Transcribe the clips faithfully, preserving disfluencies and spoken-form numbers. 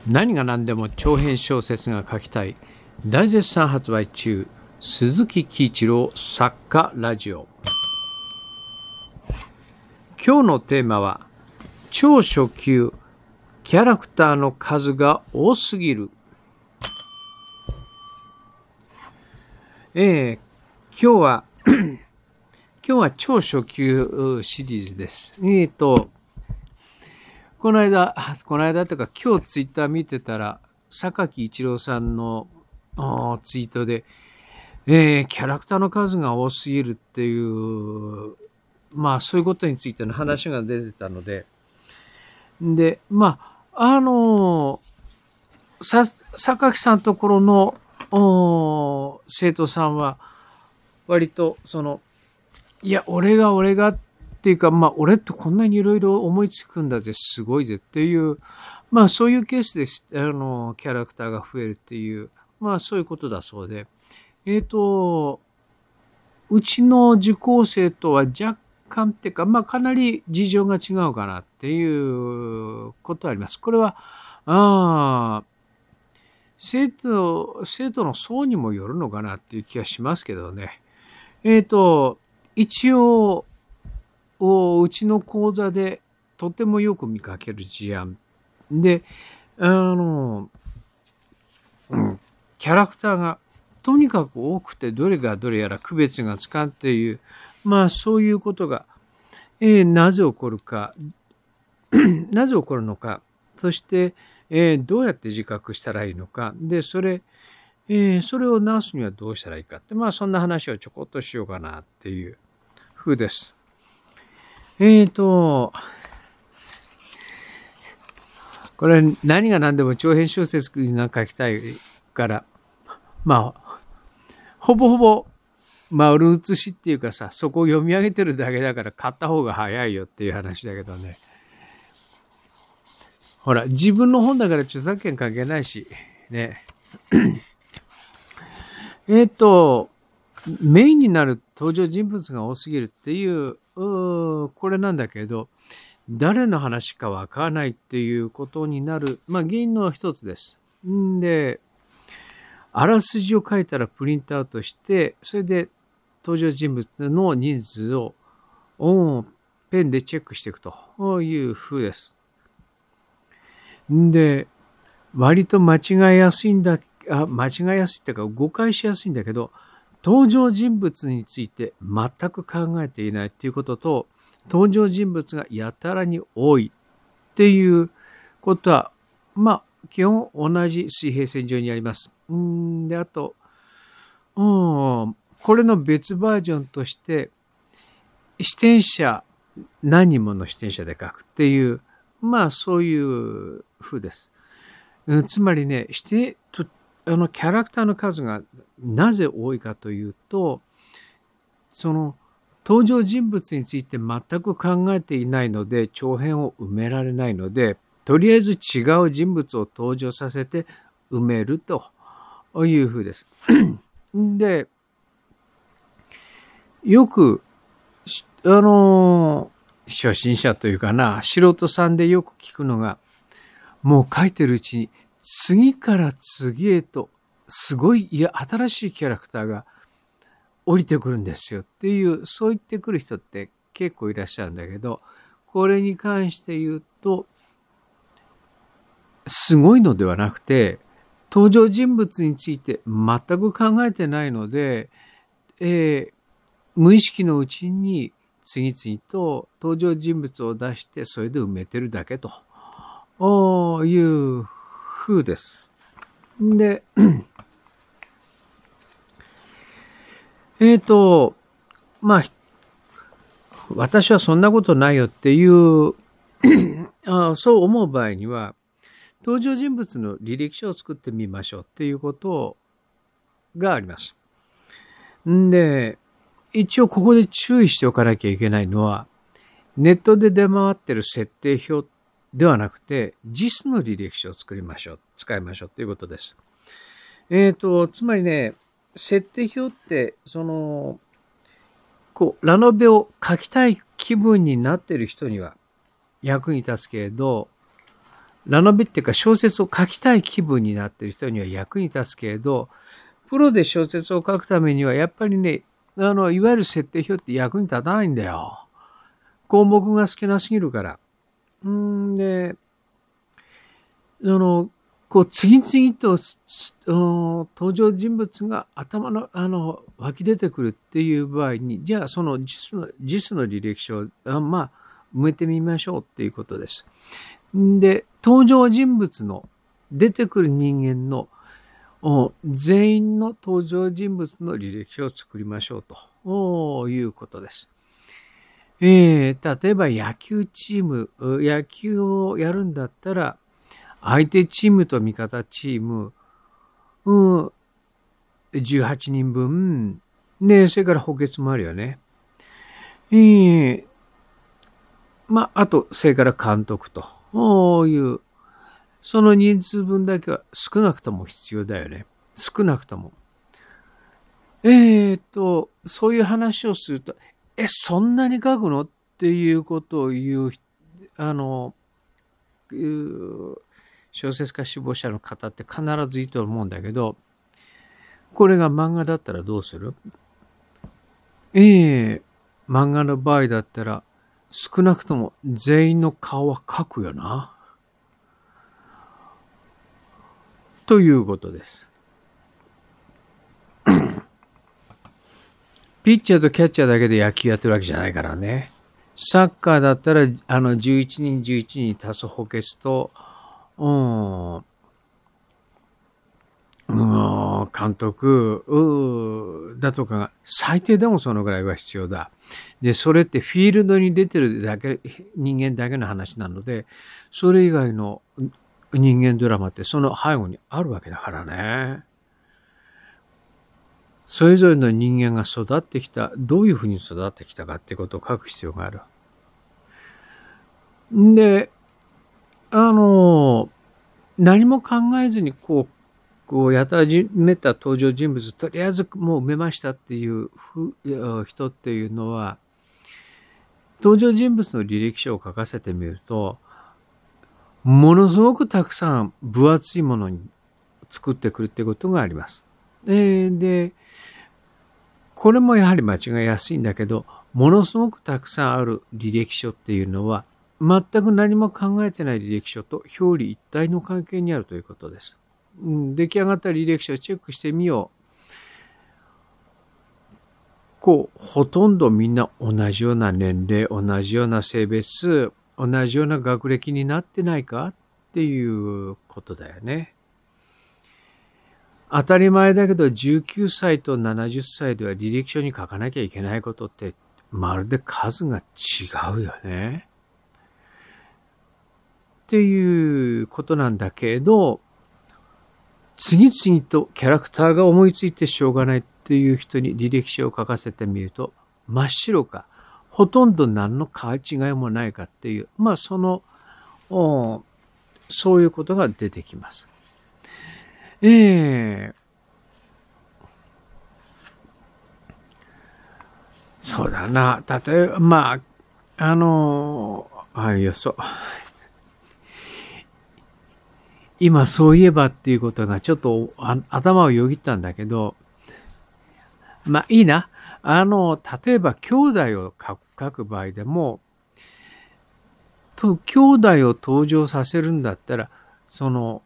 何が何でも長編小説が書きたい。大絶賛発売中。鈴木喜一郎作家ラジオ。今日のテーマは超初級キャラクターの数が多すぎる。えー、今日は今日は超初級シリーズです。えーとこの間、この間というか今日ツイッター見てたら、榊一郎さんのツイートで、えー、キャラクターの数が多すぎるっていう、まあそういうことについての話が出てたので、で、まあ、あの、さ、榊さんのところの生徒さんは、割とその、いや、俺が俺が、っていうか、まあ、俺ってこんなにいろいろ思いつくんだぜ、すごいぜっていう、まあ、そういうケースで、あの、キャラクターが増えるっていう、まあ、そういうことだそうで、えっと、うちの受講生とは若干っていうか、まあ、かなり事情が違うかなっていうことはあります。これは、ああ、生徒、生徒の層にもよるのかなっていう気がしますけどね。えっと、一応、うちの講座でとてもよく見かける事案で、あの、うん、キャラクターがとにかく多くてどれがどれやら区別がつかんっていう、まあそういうことが、えー、なぜ起こるか、なぜ起こるのか、そして、えー、どうやって自覚したらいいのか、で、それ、えー、それを直すにはどうしたらいいかって、まあそんな話をちょこっとしようかなっていう風です。えーと、これ何が何でも長編小説が書きたいから、まあ、ほぼほぼ丸写しっていうかさ、そこを読み上げてるだけだから買った方が早いよっていう話だけどね。ほら、自分の本だから著作権関係ないし、ね。えっと、メインになる登場人物が多すぎるっていう、うこれなんだけど、誰の話かわからないっていうことになる、まあ原因の一つです。んで、あらすじを書いたらプリントアウトして、それで登場人物の人数をペンでチェックしていくという風です。で、割と間違いやすいんだ、あ間違いやすいっていうか誤解しやすいんだけど、登場人物について全く考えていないっていうことと、登場人物がやたらに多いっていうことは、まあ、基本同じ水平線上にあります。んで、あと、うん、これの別バージョンとして、視点者、何人もの視点者で書くっていう、まあ、そういう風です。うん、つまりね、してあのキャラクターの数がなぜ多いかというと、その登場人物について全く考えていないので長編を埋められないので、とりあえず違う人物を登場させて埋めるというふうです。で、よくあの初心者というかな、素人さんでよく聞くのが、もう書いてるうちに次から次へとすごい、いや、新しいキャラクターが降りてくるんですよっていう、そう言ってくる人って結構いらっしゃるんだけど、これに関して言うと、すごいのではなくて、登場人物について全く考えてないので、えー、無意識のうちに次々と登場人物を出して、それで埋めてるだけという風です。で、えっと、まあ、私はそんなことないよっていうあ、そう思う場合には、登場人物の履歴書を作ってみましょうっていうことがあります。んで、一応ここで注意しておかなきゃいけないのは、ネットで出回ってる設定表ではなくて、ジスの履歴書を作りましょう、使いましょうということです。えっと、つまりね、設定表って、その、こう、ラノベを書きたい気分になっている人には役に立つけれど、 ラノベっていうか小説を書きたい気分になっている人には役に立つけれど、プロで小説を書くためにはやっぱりね、あの、いわゆる設定表って役に立たないんだよ。項目が少なすぎるから。んで、あの、こう、次々と登場人物が頭の、あの、湧き出てくるっていう場合に、じゃあその実の、実の履歴書を、あまあ、埋めてみましょうっていうことです。で、登場人物の、出てくる人間の、全員の登場人物の履歴書を作りましょうということです。えー、例えば野球チーム、野球をやるんだったら、相手チームと味方チーム、うん、じゅうはちにんぶん、ね、それから補欠もあるよね。えー、まあ、あと、それから監督という、その人数分だけは少なくとも必要だよね。少なくとも。えーと、そういう話をすると、え、そんなに書くのっていうことを言う、あの、小説家志望者の方って必ずいいと思うんだけど、これが漫画だったらどうする？ええ、漫画の場合だったら、少なくとも全員の顔は描くよな。ということです。ピッチャーとキャッチャーだけで野球やってるわけじゃないからね。サッカーだったら、あの、じゅういちにんじゅういちにん足す補欠と、うん、うん、監督だとかが、最低でもそのぐらいは必要だ。で、それってフィールドに出てるだけ、人間だけの話なので、それ以外の人間ドラマってその背後にあるわけだからね。それぞれの人間が育ってきた、どういうふうに育ってきたかっていうことを書く必要がある。んで、あの、何も考えずにこう、こうやたらめた登場人物、とりあえずもう埋めましたっていう人っていうのは、登場人物の履歴書を書かせてみると、ものすごくたくさん分厚いものに作ってくるってことがあります。で、でこれもやはり間違いやすいんだけど、ものすごくたくさんある履歴書っていうのは、全く何も考えてない履歴書と表裏一体の関係にあるということです。うん、出来上がった履歴書をチェックしてみよう。こう、ほとんどみんな同じような年齢、同じような性別、同じような学歴になってないかっていうことだよね。当たり前だけどじゅうきゅうさいとななじゅっさいでは履歴書に書かなきゃいけないことってまるで数が違うよね。っていうことなんだけど、次々とキャラクターが思いついてしょうがないっていう人に履歴書を書かせてみると、真っ白か、ほとんど何の変わり違いもないかっていう、まあその、そういうことが出てきます。ええー、そうだな。例えば、まあ、あの、あいや、そう。今そういえばっていうことがちょっと頭をよぎったんだけど、まあいいな。あの、例えば兄弟を書く場合でも、と兄弟を登場させるんだったら、その、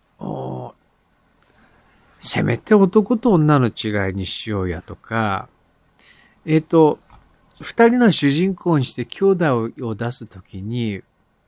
せめて男と女の違いにしようやとか、えっと、二人の主人公にして兄弟を出すときに、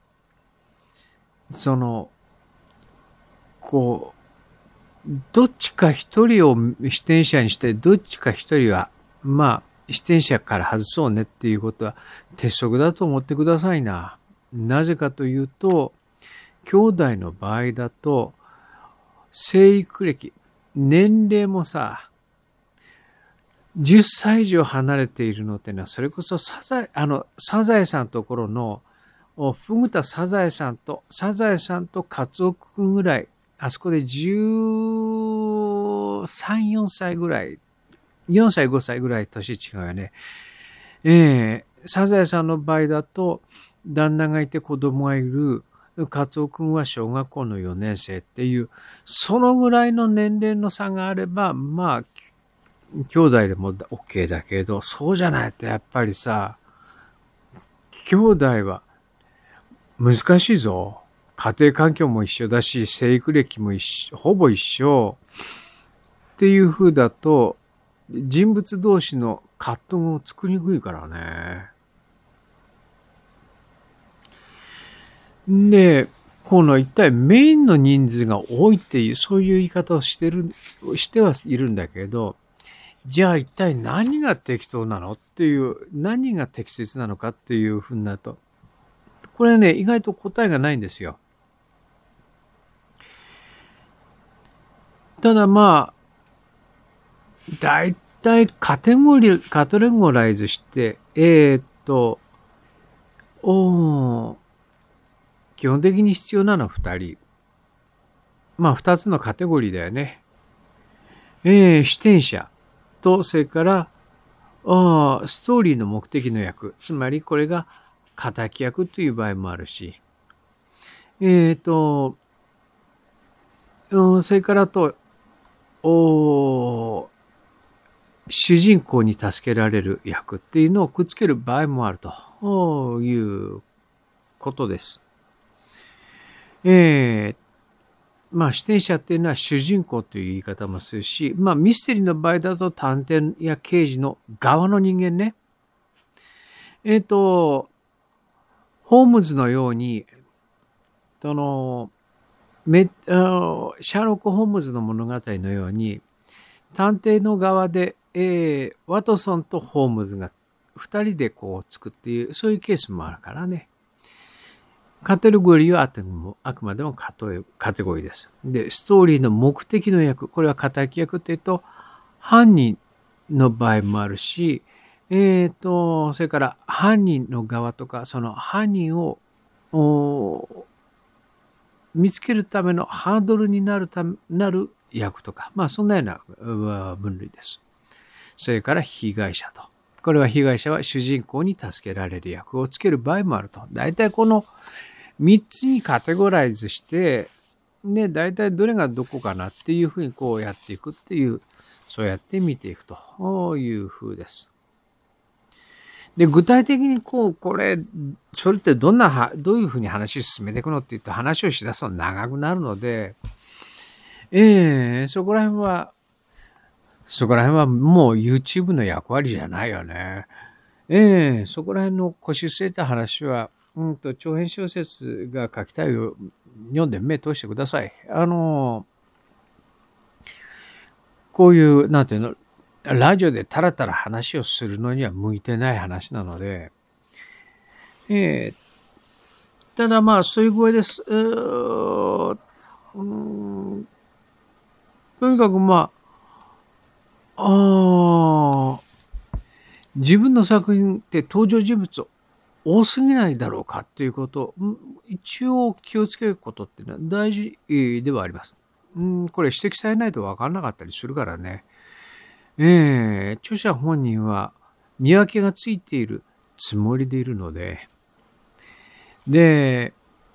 その、こう、どっちか一人を被験者にして、どっちか一人は、まあ、被験者から外そうねっていうことは鉄則だと思ってくださいな。なぜかというと、兄弟の場合だと、生育歴、年齢もさ、じゅっさい以上離れているのってのは、それこそサザエ、あの、サザエさんのところの、フグ田サザエさんと、サザエさんとカツオ君ぐらい、あそこでじゅうさん、よんさいぐらい、よんさい、ごさいぐらい年違うよね。ええー、サザエさんの場合だと、旦那がいて子供がいる、 カツオ君は小学校のよねん生っていう、そのぐらいの年齢の差があれば、まあ、兄弟でも OK だけど、そうじゃないとやっぱりさ、兄弟は難しいぞ。家庭環境も一緒だし、生育歴も一緒、ほぼ一緒っていう風だと、人物同士の葛藤を作りにくいからね。で、この一体メインの人数が多いっていう、そういう言い方をしてる、してはいるんだけど、じゃあ一体何が適当なのっていう、何が適切なのかっていうふうになると、これね、意外と答えがないんですよ。ただまあ、だいたいカテゴリー、カテゴライズして、えー、っと、おー、基本的に必要なのはふたり。まあふたつのカテゴリーだよね。えー、視点者と、それから、あストーリーの目的の役。つまりこれが敵役という場合もあるし。えっ、ー、と、うん、それからと、お主人公に助けられる役っていうのをくっつける場合もあるということです。えー、まあ視点者っていうのは主人公という言い方もするし、まあミステリーの場合だと探偵や刑事の側の人間ね。えっ、ー、と、ホームズのように、その、メシャーロック・ホームズの物語のように、探偵の側で、えー、ワトソンとホームズが二人でこう作っている、そういうケースもあるからね。カテゴリーはあくまでもカテゴリーです。で、ストーリーの目的の役、これは敵役っていうと、犯人の場合もあるし、えっと、それから犯人の側とか、その犯人を見つけるためのハードルになるため、なる役とか、まあそんなような分類です。それから被害者と。これは被害者は主人公に助けられる役をつける場合もあると。大体このみっつにカテゴライズして、ね、大体どれがどこかなっていうふうにこうやっていくっていう、そうやって見ていくというふうです。で、具体的にこう、これ、それってどんな、どういうふうに話を進めていくのって言って話をしだすと長くなるので、ええー、そこら辺は、そこら辺はもう YouTube の役割じゃないよね。ええー、そこら辺の腰据えた話は、うんと、長編小説が書きたいを読んで目通してください。あの、こういう、なんていうの、ラジオでタラタラ話をするのには向いてない話なので、えー、ただまあ、そういう声です。えー、うん、とにかくまあ、あ自分の作品って登場人物多すぎないだろうかっていうこと、一応気をつけることっていうのは大事ではあります。うん、これ指摘されないと分からなかったりするからね。えー、著者本人は見分けがついているつもりでいるので、で、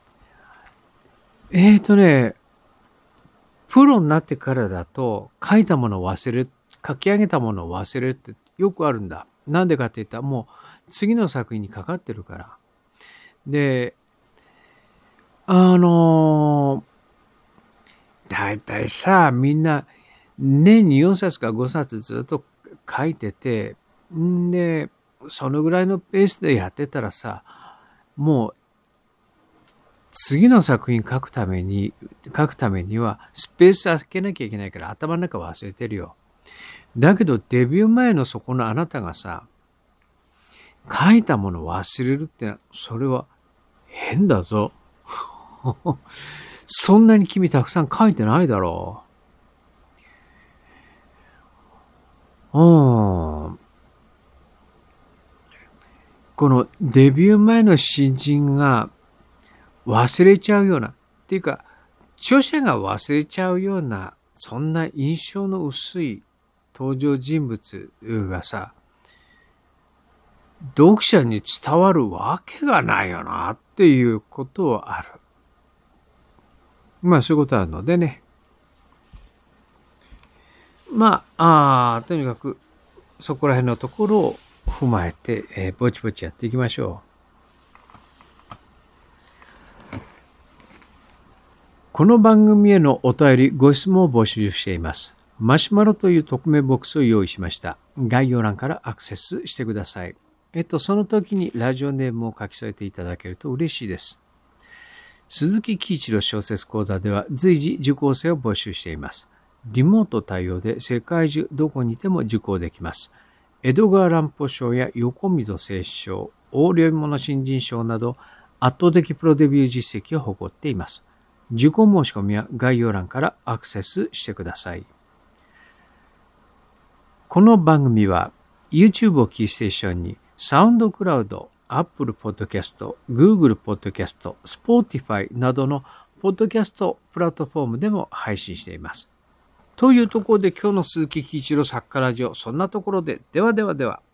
えーとね、プロになってからだと書いたものを忘れる、書き上げたものを忘れるってよくあるんだ。なんでかって言ったらもう次の作品にかかってるから。で、あのー、だいたいさ、みんな年によんさつかごさつずっと書いてて、んで、そのぐらいのペースでやってたらさ、もう次の作品書くために、書くためにはスペース空けなきゃいけないから頭の中忘れてるよ。だけどデビュー前のそこのあなたがさ、書いたものを忘れるって、それは変だぞ。そんなに君たくさん書いてないだろう。うん。このデビュー前の新人が忘れちゃうような、っていうか、著者が忘れちゃうような、そんな印象の薄い登場人物がさ、読者に伝わるわけがないよなっていうことはある。 まあそういうことあるのでね。まあ、あとにかくそこら辺のところを踏まえて、えー、ぼちぼちやっていきましょう。この番組へのお便り、ご質問を募集しています。マシュマロという匿名ボックスを用意しました。概要欄からアクセスしてください。えっと、その時にラジオネームを書き添えていただけると嬉しいです。鈴木喜一郎小説講座では随時受講生を募集しています。リモート対応で世界中どこにいても受講できます。江戸川乱歩賞や横溝正史賞、大良物新人賞など圧倒的プロデビュー実績を誇っています。受講申し込みは概要欄からアクセスしてください。この番組は YouTube をキーステーションにサウンドクラウド、Apple Podcast、Google Podcast、Spotify などのポッドキャストプラットフォームでも配信しています。というところで今日の鈴木喜一郎作家ラジオ、そんなところで、ではではでは。